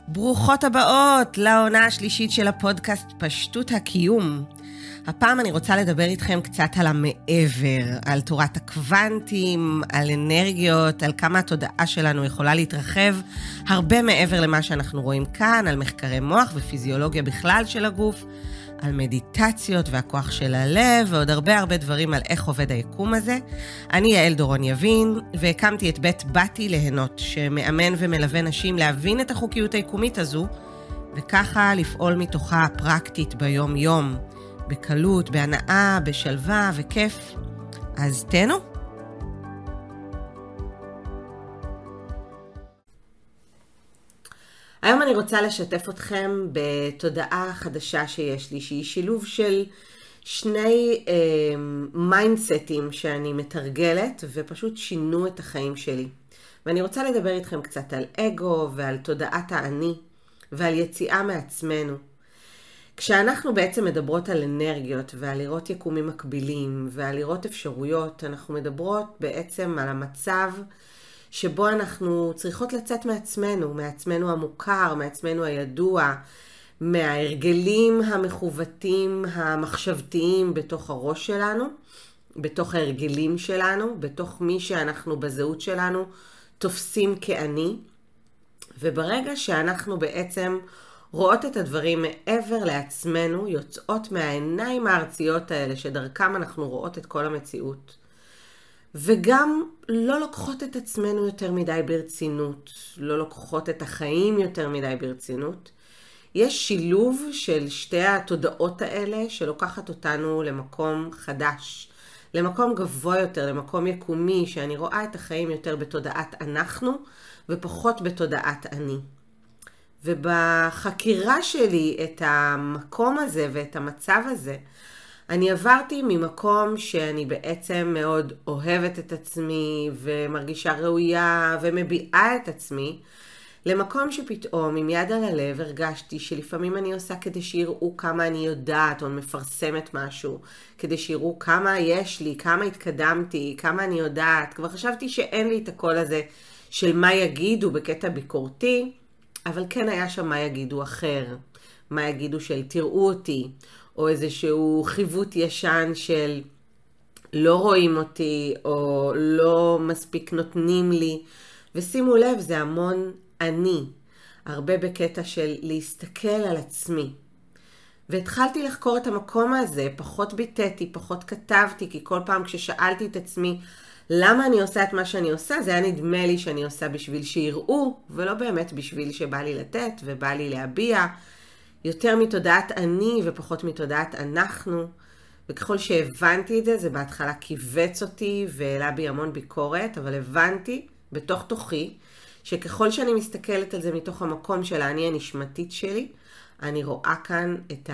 ברוכות הבאות לעונה השלישית של הפודקאסט פשטות הקיום. הפעם אני רוצה לדבר איתכם קצת על המעבר, על תורת הקוונטים, על אנרגיות, על כמה התודעה שלנו יכולה להתרחב הרבה מעבר למה שאנחנו רואים כאן, על מחקרי מוח ופיזיולוגיה בכלל של הגוף, על מדיטציות והכוח של הלב ועוד הרבה דברים על איך עובד היקום הזה. אני יעל דורון יבין והקמתי את בית באתי ליהנות שמאמן ומלווה נשים להבין את החוקיות היקומית הזו וככה לפעול מתוכה פרקטית ביום יום, בקלות, בהנאה, בשלווה וכיף. אז תהנו. היום אני רוצה לשתף אתכם בתודעה חדשה שיש לי, שהיא שילוב של שני מיינדסטים שאני מתרגלת ופשוט שינו את החיים שלי. ואני רוצה לדבר איתכם קצת על אגו ועל תודעת האני ועל יציאה מעצמנו. כשאנחנו בעצם מדברות על אנרגיות ועל לראות יקומים מקבילים ועל לראות אפשרויות, אנחנו מדברות בעצם על המצב שבו אנחנו צריכות לצאת מעצמנו המוכר, מעצמנו הידוע, מההרגלים המחוותים, המחשבתיים בתוך הראש שלנו, בתוך ההרגלים שלנו, בתוך מי שאנחנו בזהות שלנו תופסים כאני. וברגע שאנחנו בעצם רואות את הדברים מעבר לעצמנו, יוצאות מהעיניים הארציות האלה שדרכם אנחנו רואות את כל המציאות, וגם לא לוקחות את עצמנו יותר מדי ברצינות, לא לוקחות את החיים יותר מדי ברצינות. יש שילוב של שתי התודעות האלה שלוקחת אותנו למקום חדש, למקום גבוה יותר, למקום יקומי, שאני רואה את החיים יותר בתודעת אנחנו ופחות בתודעת אני. ובחקירה שלי את המקום הזה ואת המצב הזה, אני עברתי ממקום שאני בעצם מאוד אוהבת את עצמי ומרגישה ראויה ומביעה את עצמי, למקום שפתאום עם יד על הלב הרגשתי שלפעמים אני עושה כדי שיראו כמה אני יודעת או מפרסמת משהו, כדי שיראו כמה יש לי, כמה התקדמתי, כמה אני יודעת. כבר חשבתי שאין לי את הקול הזה של מה יגידו בקטע ביקורתי, אבל כן היה שם מה יגידו אחר, מה יגידו של תראו אותי, או איזשהו חיוות ישן של לא רואים אותי, או לא מספיק נותנים לי. ושימו לב, זה המון אני, הרבה בקטע של להסתכל על עצמי. והתחלתי לחקור את המקום הזה, פחות ביטאתי, פחות כתבתי, כי כל פעם כששאלתי את עצמי למה אני עושה את מה שאני עושה, זה היה נדמה לי שאני עושה בשביל שיראו, ולא באמת בשביל שבא לי לתת ובא לי להביע, יותר מתודעת אני ופחות מתודעת אנחנו. וככל שהבנתי את זה, זה בהתחלה קיבץ אותי והעלה בי המון ביקורת, אבל הבנתי בתוך תוכי שככל שאני מסתכלת על זה מתוך המקום של האני הנשמתית שלי, אני רואה כאן את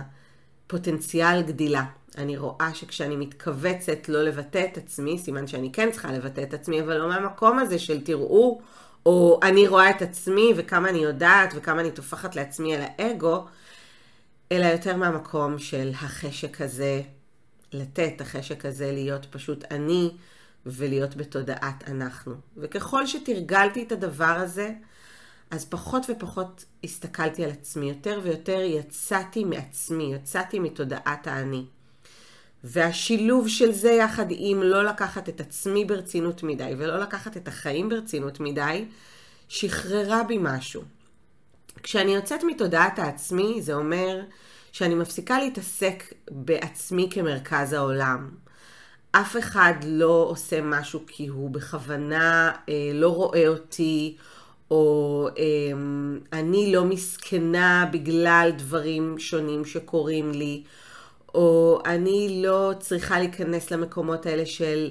הפוטנציאל גדילה. אני רואה שכשאני מתכווצת לא לבטא את עצמי, סימן שאני כן צריכה לבטא את עצמי, אבל לא מהמקום הזה של תראו, או אני רואה את עצמי וכמה אני יודעת וכמה אני תופחת לעצמי על האגו, אלא יותר מהמקום של החשק הזה, לתת החשק הזה להיות פשוט אני ולהיות בתודעת אנחנו. וככל שתרגלתי את הדבר הזה, אז פחות ופחות הסתכלתי על עצמי, יותר ויותר יצאתי מעצמי, יצאתי מתודעת האני. והשילוב של זה יחד עם לא לקחת את עצמי ברצינות מדי ולא לקחת את החיים ברצינות מדי, שחררה בי משהו. כשאני יוצאת מתודעת העצמי, זה אומר שאני מפסיקה להתעסק בעצמי כמרכז העולם. אף אחד לא עושה משהו כי הוא בכוונה לא רואה אותי, או אני לא מסכנה בגלל דברים שונים שקורים לי, או אני לא צריכה להיכנס למקומות האלה של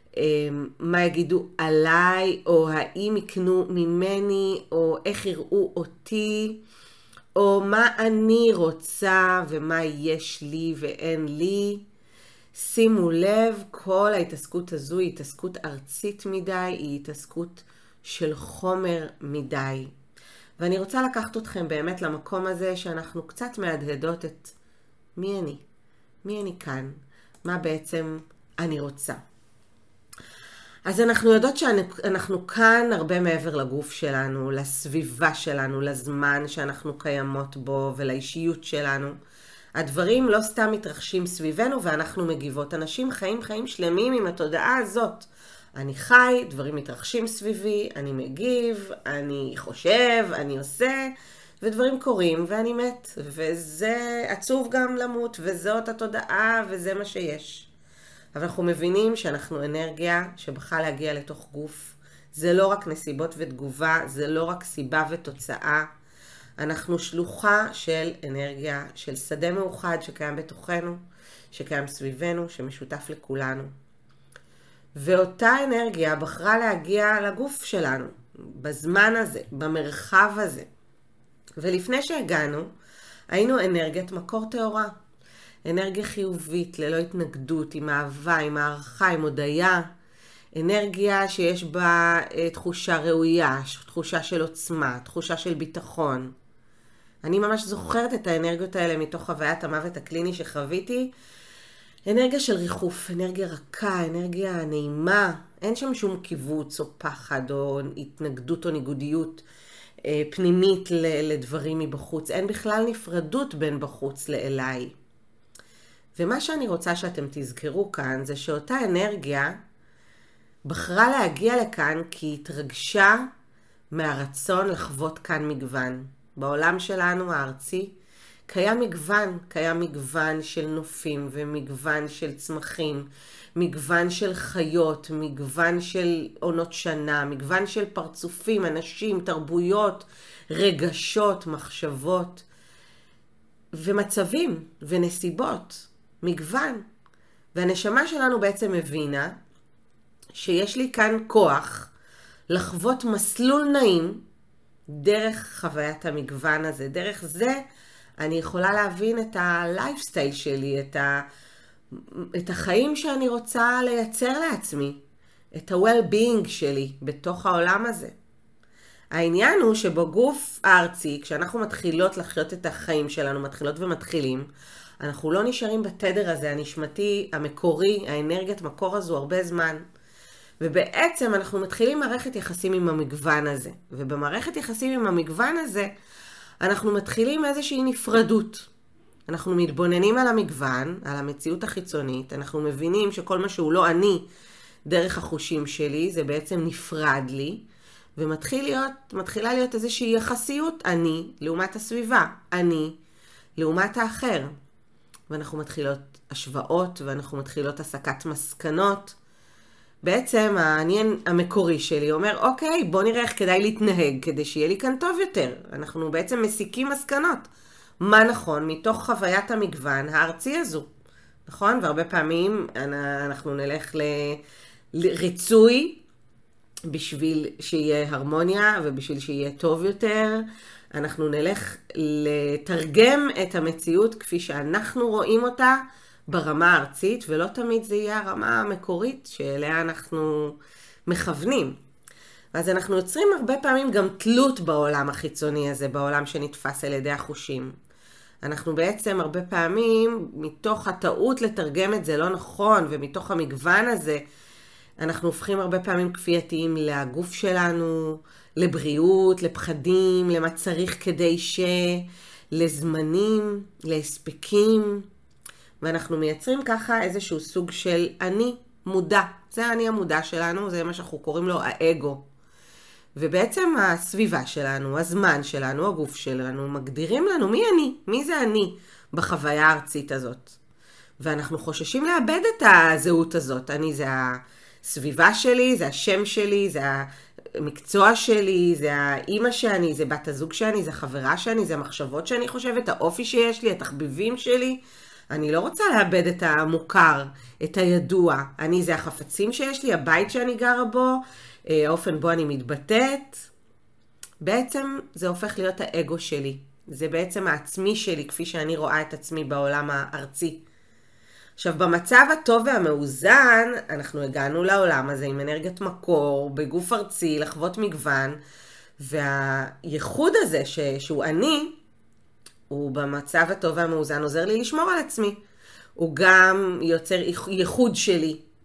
מה יגידו עליי, או האם יקנו ממני, או איך יראו אותי, או מה אני רוצה ומה יש לי ואין לי. שימו לב, כל ההתעסקות הזו היא התעסקות ארצית מדי, היא התעסקות של חומר מדי. ואני רוצה לקחת אתכם באמת למקום הזה שאנחנו קצת מהדהדות את מי אני? מי אני כאן? מה בעצם אני רוצה? אז אנחנו יודעות שאנחנו כאן הרבה מעבר לגוף שלנו, לסביבה שלנו, לזמן שאנחנו קיימות בו ולאישיות שלנו. הדברים לא סתם מתרחשים סביבנו ואנחנו מגיבות. אנשים חיים שלמים עם התודעה הזאת. אני חי, דברים מתרחשים סביבי, אני מגיב, אני חושב, אני עושה, ודברים קורים ואני מת. וזה עצוב גם למות, וזאת התודעה וזה מה שיש. אבל אנחנו מבינים שאנחנו אנרגיה שבחרה להגיע לתוך גוף. זה לא רק נסיבות ותגובה, זה לא רק סיבה ותוצאה. אנחנו שלוחה של אנרגיה, של שדה מאוחד שקיים בתוכנו, שקיים סביבנו, שמשותף לכולנו. ואותה אנרגיה בחרה להגיע לגוף שלנו, בזמן הזה, במרחב הזה. ולפני שהגענו, היינו אנרגיית מקור טהורה. אנרגיה חיובית, ללא התנגדות, עם אהבה, עם הערכה, עם הודיה. אנרגיה שיש בה תחושה ראויה, תחושה של עוצמה, תחושה של ביטחון. אני ממש זוכרת את האנרגיות האלה מתוך חוויית המוות הקליני שחוויתי. אנרגיה של ריחוף, אנרגיה רכה, אנרגיה נעימה. אין שם שום קיבוץ או פחד או התנגדות או ניגודיות פנימית לדברים מבחוץ. אין בכלל נפרדות בין בחוץ לאליי. ומה שאני רוצה שאתם תזכרו כאן זה שאותה אנרגיה בחרה להגיע לכאן כי היא התרגשה מהרצון לחוות כאן מגוון. בעולם שלנו הארצי קיים מגוון של נופים ומגוון של צמחים, מגוון של חיות, מגוון של עונות שנה, מגוון של פרצופים, אנשים, תרבויות, רגשות, מחשבות ומצבים ונסיבות. מגוון. והנשמה שלנו בעצם מבינה שיש לי כאן כוח לחוות מסלול נעים דרך חוויית המגוון הזה. דרך זה אני יכולה להבין את הלייפסטייל שלי, את החיים שאני רוצה לייצר לעצמי, את ה-well-being שלי בתוך העולם הזה. העניין הוא שבגוף הארצי, כשאנחנו מתחילות לחיות את החיים שלנו, מתחילות ומתחילים, אנחנו לא נשארים בתדר הזה, הנשמתי, המקורי, האנרגיית מקור הזו הרבה זמן. ובעצם אנחנו מתחילים מערכת יחסים עם המגוון הזה. ובמערכת יחסים עם המגוון הזה, אנחנו מתחילים איזושהי נפרדות. אנחנו מתבוננים על המגוון, על המציאות החיצונית, אנחנו מבינים שכל מה שהוא לא אני, דרך החושים שלי, זה בעצם נפרד לי, ומתחילה להיות איזושהי יחסיות אני לעומת הסביבה, אני לעומת האחר. ואנחנו מתחילות השוואות, ואנחנו מתחילות הסקת מסקנות. בעצם העניין המקורי שלי אומר, אוקיי, בוא נראה איך כדאי להתנהג, כדי שיהיה לי כאן טוב יותר. אנחנו בעצם מסיקים מסקנות. מה נכון מתוך חוויית המגוון הארצי הזו. נכון? והרבה פעמים אנחנו נלך לריצוי, בשביל שיהיה הרמוניה, ובשביל שיהיה טוב יותר. אנחנו נלך לתרגם את המציאות כפי שאנחנו רואים אותה ברמה הארצית, ולא תמיד זה יהיה הרמה המקורית שאליה אנחנו מכוונים. ואז אנחנו יוצרים הרבה פעמים גם תלות בעולם החיצוני הזה, בעולם שנתפס על ידי החושים. אנחנו בעצם הרבה פעמים, מתוך הטעות לתרגם את זה לא נכון, ומתוך המגוון הזה, אנחנו הופכים הרבה פעמים כפייתיים לגוף שלנו, לבריאות, לפחדים, למה צריך כדי לזמנים, להספקים. ואנחנו מייצרים ככה איזשהו סוג של אני מודע. זה האני המודע שלנו, זה מה שאנחנו קוראים לו האגו. ובעצם הסביבה שלנו, הזמן שלנו, הגוף שלנו, מגדירים לנו מי אני, מי זה אני בחוויה הארצית הזאת. ואנחנו חוששים לאבד את הזהות הזאת. אני זה הסביבה שלי, זה השם שלי, זה המקצוע שלי, זה האמא שאני, זה בת הזוג שאני, זה חברה שאני, זה המחשבות שאני חושבת, האופי שיש לי, התחביבים שלי. אני לא רוצה לאבד את המוכר, את הידוע. אני זה החפצים שיש לי, הבית שאני גרה בו, האופן בו אני מתבטאת. בעצם זה הופך להיות האגו שלי. זה בעצם העצמי שלי, כפי שאני רואה את עצמי בעולם הארצי. עכשיו, במצב הטוב והמאוזן, אנחנו הגענו לעולם הזה עם אנרגיית מקור, בגוף ארצי, לחוות מגוון, והייחוד הזה שהוא אני, הוא במצב הטוב והמאוזן עוזר לי לשמור על עצמי. הוא גם יוצר ייחוד שלי.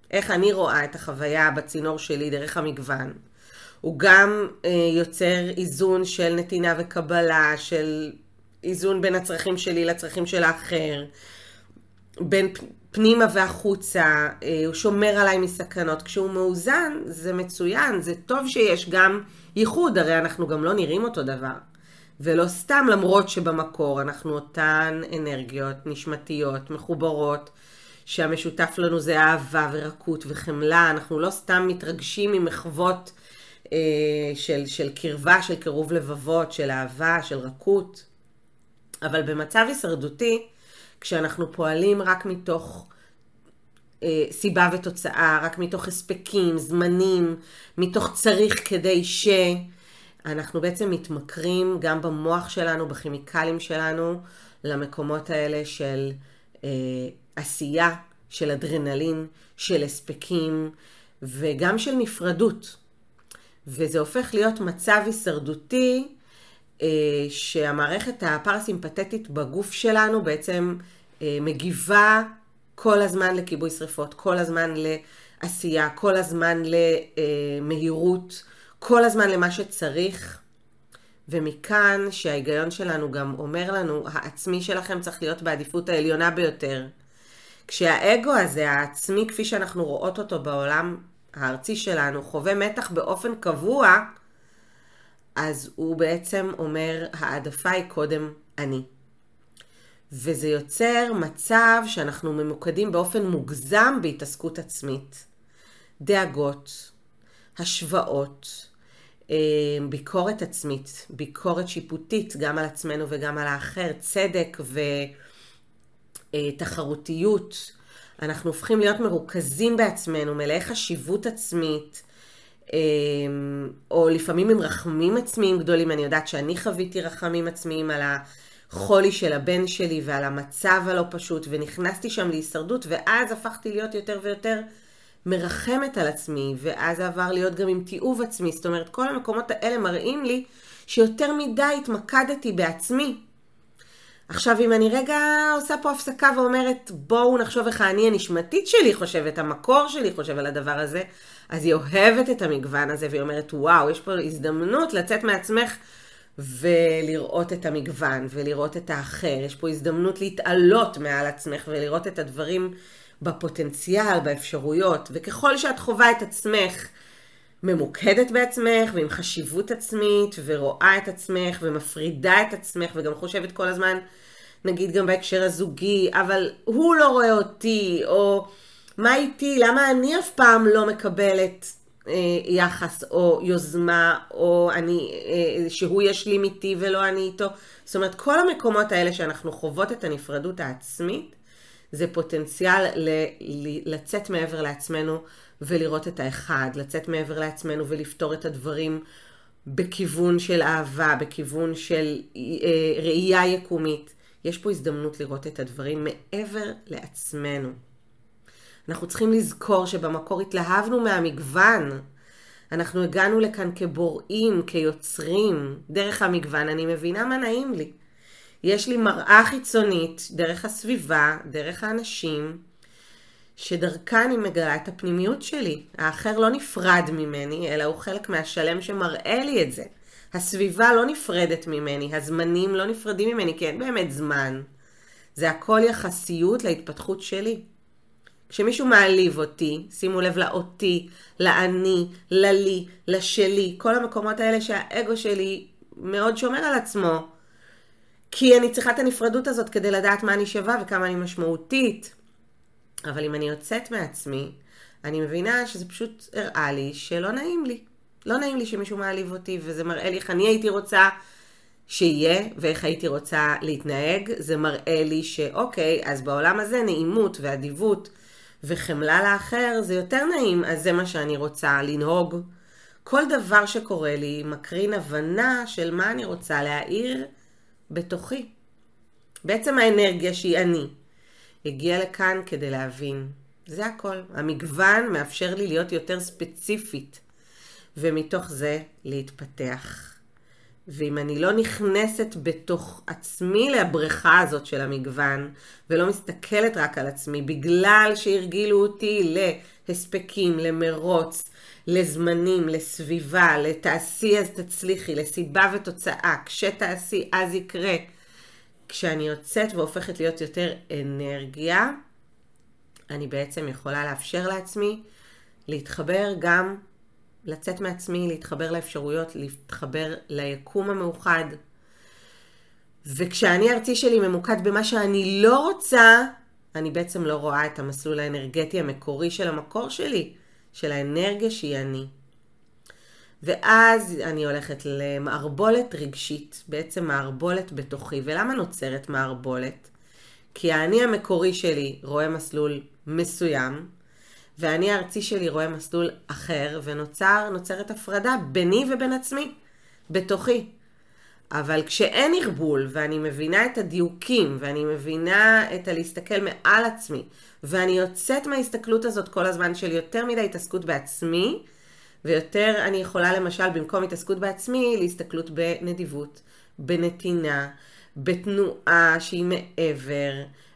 איך אני רואה את החוויה בצינור שלי דרך המגוון. הוא גם יוצר איזון של נתינה וקבלה, של איזון בין הצרכים שלי לצרכים של האחר, בין פנימה והחוצה, הוא שומר עליי מסכנות. כשהוא מאוזן זה מצוין, זה טוב שיש גם ייחוד, הרי אנחנו גם לא נראים אותו דבר. ולא סתם, למרות שבמקור אנחנו אותן אנרגיות נשמתיות, מחוברות, שהמשותף לנו זה אהבה ורקות וחמלה. אנחנו לא סתם מתרגשים ממחוות של קרבה, של קירוב לבבות, של אהבה, של רכות. אבל במצב הישרדותי, כשאנחנו פועלים רק מתוך סיבה ותוצאה, רק מתוך הספקים, זמנים, מתוך צריך כדי אנחנו בעצם מתמכרים גם במוח שלנו, בכימיקלים שלנו, למקומות האלה של עשייה, של אדרנלין, של הספקים, וגם של נפרדות. וזה הופך להיות מצב הישרדותי, שהמערכת הפרסימפטית בגוף שלנו בעצם מגיבה כל הזמן לכיבוי שריפות, כל הזמן לעשייה, כל הזמן למהירות, כל הזמן למה שצריך. ומכאן שההיגיון שלנו גם אומר לנו, העצמי שלכם צריך להיות בעדיפות העליונה ביותר. כשהאגו הזה, העצמי כפי שאנחנו רואות אותו בעולם הארצי שלנו, חווה מתח באופן קבוע, אז הוא בעצם אומר, העדפה היא קודם אני. וזה יוצר מצב שאנחנו ממוקדים באופן מוגזם בהתעסקות עצמית. דאגות, השוואות, ביקורת עצמית, ביקורת שיפוטית גם על עצמנו וגם על האחר, צדק ותחרותיות. אנחנו הופכים להיות מרוכזים בעצמנו, מלאי חשיבות עצמית, או לפעמים עם רחמים עצמיים גדולים. אני יודעת שאני חוויתי רחמים עצמיים על החולי של הבן שלי ועל המצב הלא פשוט, ונכנסתי שם להישרדות, ואז הפכתי להיות יותר ויותר מרחמת על עצמי, ואז עבר להיות גם עם תיעוב עצמי. זאת אומרת, כל המקומות האלה מראים לי שיותר מדי התמקדתי בעצמי. עכשיו, אם אני רגע עושה פה הפסקה ואומרת, בואו נחשוב איך אני הנשמתית שלי חושבת, המקור שלי חושב על הדבר הזה, אז היא אוהבת את המגוון הזה, והיא אומרת, וואו, יש פה הזדמנות לצאת מעצמך ולראות את המגוון, ולראות את האחר. יש פה הזדמנות להתעלות מעל עצמך, ולראות את הדברים בפוטנציאל, באפשרויות. וככל שאת חווה את עצמך, ממוקדת בעצמך, ועם חשיבות עצמית, ורואה את עצמך, ומפרידה את עצמך, וגם חושבת כל הזמן, נגיד גם בהקשר הזוגי, אבל הוא לא רואה אותי, או מה איתי, למה אני אף פעם לא מקבלת יחס, או יוזמה, או שהוא ישלים איתי ולא אני איתו. זאת אומרת, כל המקומות האלה שאנחנו חוות את הנפרדות העצמית, זה פוטנציאל לצאת מעבר לעצמנו, ולראות את האחד, לצאת מעבר לעצמנו ולפתור את הדברים בכיוון של אהבה, בכיוון של ראייה יקומית. יש פה הזדמנות לראות את הדברים מעבר לעצמנו. אנחנו צריכים לזכור שבמקור התלהבנו מהמגוון. אנחנו הגענו לכאן כבוראים, כיוצרים. דרך המגוון אני מבינה מה נעים לי. יש לי מראה חיצונית, דרך הסביבה, דרך האנשים, שדרכה אני מגלה את הפנימיות שלי. האחר לא נפרד ממני, אלא הוא חלק מהשלם שמראה לי את זה. הסביבה לא נפרדת ממני, הזמנים לא נפרדים ממני, כי אין באמת זמן. זה הכל יחסיות להתפתחות שלי. כשמישהו מעליב אותי, שימו לב לאותי, לאני, ללי, לשלי, כל המקומות האלה שהאגו שלי מאוד שומר על עצמו, כי אני צריכה את הנפרדות הזאת כדי לדעת מה אני שווה וכמה אני משמעותית. אבל אם אני יוצאת מעצמי, אני מבינה שזה פשוט הראה לי שלא נעים לי. לא נעים לי שמישהו מעליב אותי, וזה מראה לי איך אני הייתי רוצה שיהיה, ואיך הייתי רוצה להתנהג. זה מראה לי שאוקיי, אז בעולם הזה נעימות ואדיבות וחמלה לאחר זה יותר נעים, אז זה מה שאני רוצה לנהוג. כל דבר שקורה לי מקרין הבנה של מה אני רוצה להאיר בתוכי. בעצם האנרגיה שהיא אני הגיעה לכאן כדי להבין. זה הכל. המגוון מאפשר לי להיות יותר ספציפית, ומתוך זה להתפתח. ואם אני לא נכנסת בתוך עצמי לבריכה הזאת של המגוון, ולא מסתכלת רק על עצמי, בגלל שהרגילו אותי להספקים, למרוץ, לזמנים, לסביבה, לתעשי אז תצליחי, לסיבה ותוצאה, כשתעשי אז יקרה. כשאני יוצאת והופכת להיות יותר אנרגיה, אני בעצם יכולה לאפשר לעצמי להתחבר גם, לצאת מעצמי, להתחבר לאפשרויות, להתחבר ליקום המאוחד. וכשאני ארצי שלי ממוקד במה שאני לא רוצה, אני בעצם לא רואה את המסלול האנרגטי המקורי של המקור שלי, של האנרגיה שהיא אני. ואז אני הולכת למערבולת רגשית, בעצם מערבולת בתוכי. ולמה נוצרת מערבולת? כי האני המקורי שלי רואה מסלול מסוים, והאני הארצי שלי רואה מסלול אחר, ונוצרת הפרדה ביני ובין עצמי, בתוכי. אבל כשאין ערבול, ואני מבינה את הדיוקים, ואני מבינה את להסתכל מעל עצמי, ואני יוצאת מההסתכלות הזאת כל הזמן של יותר מדי התעסקות בעצמי, ויותר אני יכולה למשל במקום התעסקות בעצמי, להסתכלות בנדיבות, בנתינה, בתנועה שהיא מעבר,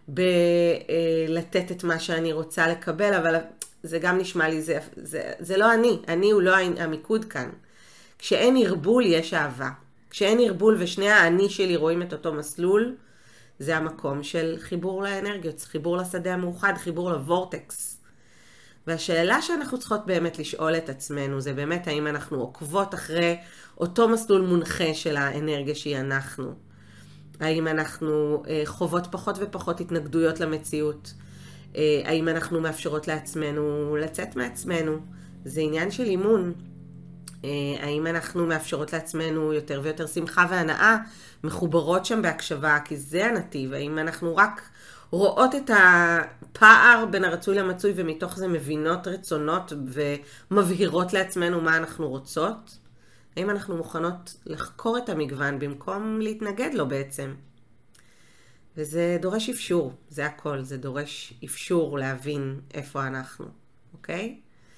בלתת את מה שאני רוצה לקבל, אבל זה גם נשמע לי, זה לא אני הוא לא המיקוד כאן. כשאין ערבול יש אהבה. כשאין ערבול ושני האני שלי רואים את אותו מסלול, זה המקום של חיבור לאנרגיות, חיבור לשדה המאוחד, חיבור לוורטקס. והשאלה שאנחנו צריכות באמת לשאול את עצמנו, זה באמת האם אנחנו עוקבות אחרי אותו מסלול מונחה של האנרגיה שהיא אנחנו. האם אנחנו חוות פחות ופחות התנגדויות למציאות. האם אנחנו מאפשרות לעצמנו לצאת מעצמנו. זה עניין של אימון. האם אנחנו מאפשרות לעצמנו יותר ויותר שמחה והנאה, מחוברות שם בהקשבה, כי זה הנתיב. האם אנחנו רק רואות את הפער בין הרצוי למצוי, ומתוך זה מבינות רצונות ומבהירות לעצמנו מה אנחנו רוצות? האם אנחנו מוכנות לחקור את המגוון במקום להתנגד לו בעצם? וזה דורש אפשור, זה הכל, זה דורש אפשור להבין איפה אנחנו, אוקיי?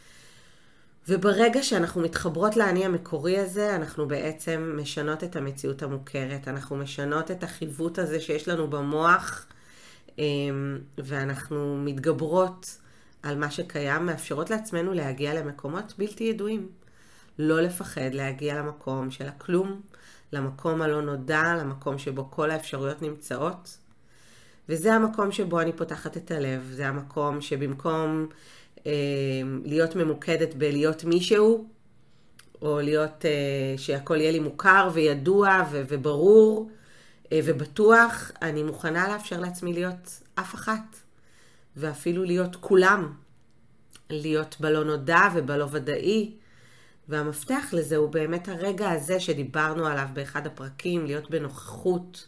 וברגע שאנחנו מתחברות לאני המקורי הזה, אנחנו בעצם משנות את המציאות המוכרת, אנחנו משנות את החיווט הזה שיש לנו במוח, ואנחנו מתגברות על מה שקיים, מאפשרות לעצמנו להגיע למקומות בלתי ידועים. לא לפחד להגיע למקום של הכלום, למקום הלא נודע, למקום שבו כל האפשרויות נמצאות. וזה המקום שבו אני פותחת את הלב, זה המקום שבמקום להיות ממוקדת בלהיות מישהו, או להיות שהכל יהיה לי מוכר וידוע וברור ובטוח, אני מוכנה לאפשר לעצמי להיות אף אחת, ואפילו להיות כולם, להיות בלא נודע ובלא ודאי. והמפתח לזה הוא באמת הרגע הזה שדיברנו עליו באחד הפרקים, להיות בנוכחות.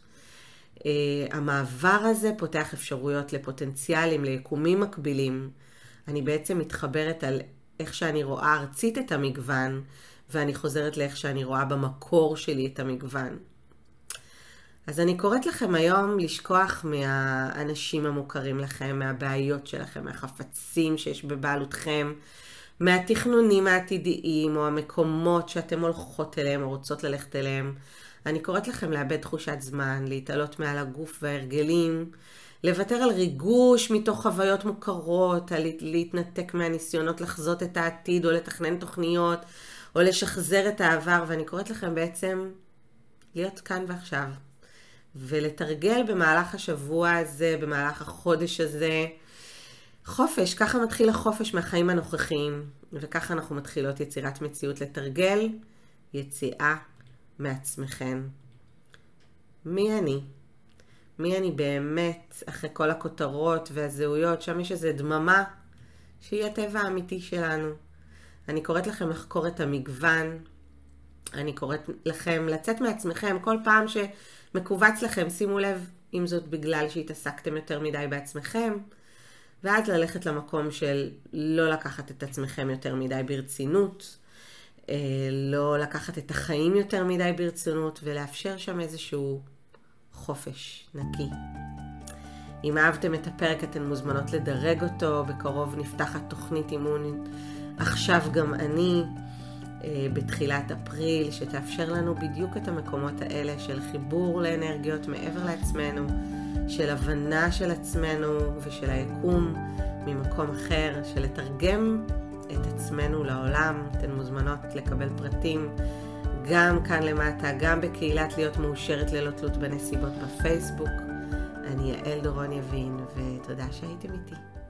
המעבר הזה פותח אפשרויות לפוטנציאלים, ליקומים מקבילים. אני בעצם מתחברת על איך שאני רואה ארצית את המגוון, ואני חוזרת לאיך שאני רואה במקור שלי את המגוון. אז אני קוראת לכם היום לשכוח מהאנשים המוכרים לכם, מהבעיות שלכם, מהחפצים שיש בבעלותכם, מהתכנונים העתידיים או המקומות שאתם הולכות אליהם או רוצות ללכת אליהם. אני קוראת לכם לאבד תחושת זמן, להתעלות מעל הגוף וההרגלים, לוותר על ריגוש מתוך חוויות מוכרות, להתנתק מהניסיונות לחזות את העתיד או לתכנן תוכניות או לשחזר את העבר. ואני קוראת לכם בעצם להיות כאן ועכשיו ולתרגל במהלך השבוע הזה, במהלך החודש הזה, חופש. ככה מתחיל החופש מהחיים הנוכחיים, וככה אנחנו מתחילות יצירת מציאות, לתרגל יציאה מעצמכם. מי אני? מי אני באמת אחרי כל הכותרות והזהויות? שם יש איזו דממה שהיא הטבע האמיתי שלנו. אני קוראת לכם לחקור את המגוון. אני קוראת לכם לצאת מעצמכם כל פעם שמקובץ לכם. שימו לב אם זאת בגלל שהתעסקתם יותר מדי בעצמכם, ואז ללכת למקום של לא לקחת את עצמכם יותר מדי ברצינות, לא לקחת את החיים יותר מדי ברצינות, ולאפשר שם איזשהו חופש נקי. אם אהבתם את הפרק אתן מוזמנות לדרג אותו, בקרוב נפתחת תוכנית אימון עכשיו גם אני, בתחילת אפריל, שתאפשר לנו בדיוק את המקומות האלה של חיבור לאנרגיות מעבר לעצמנו, של הבנה של עצמנו ושל היקום, ממקום אחר של לתרגם את עצמנו לעולם. אתן מוזמנות לקבל פרטים גם כאן למטה, גם בקהילת להיות מאושרת ללא תלות בנסיבות בפייסבוק. אני יעל דורון יבין, ותודה שהייתם איתי.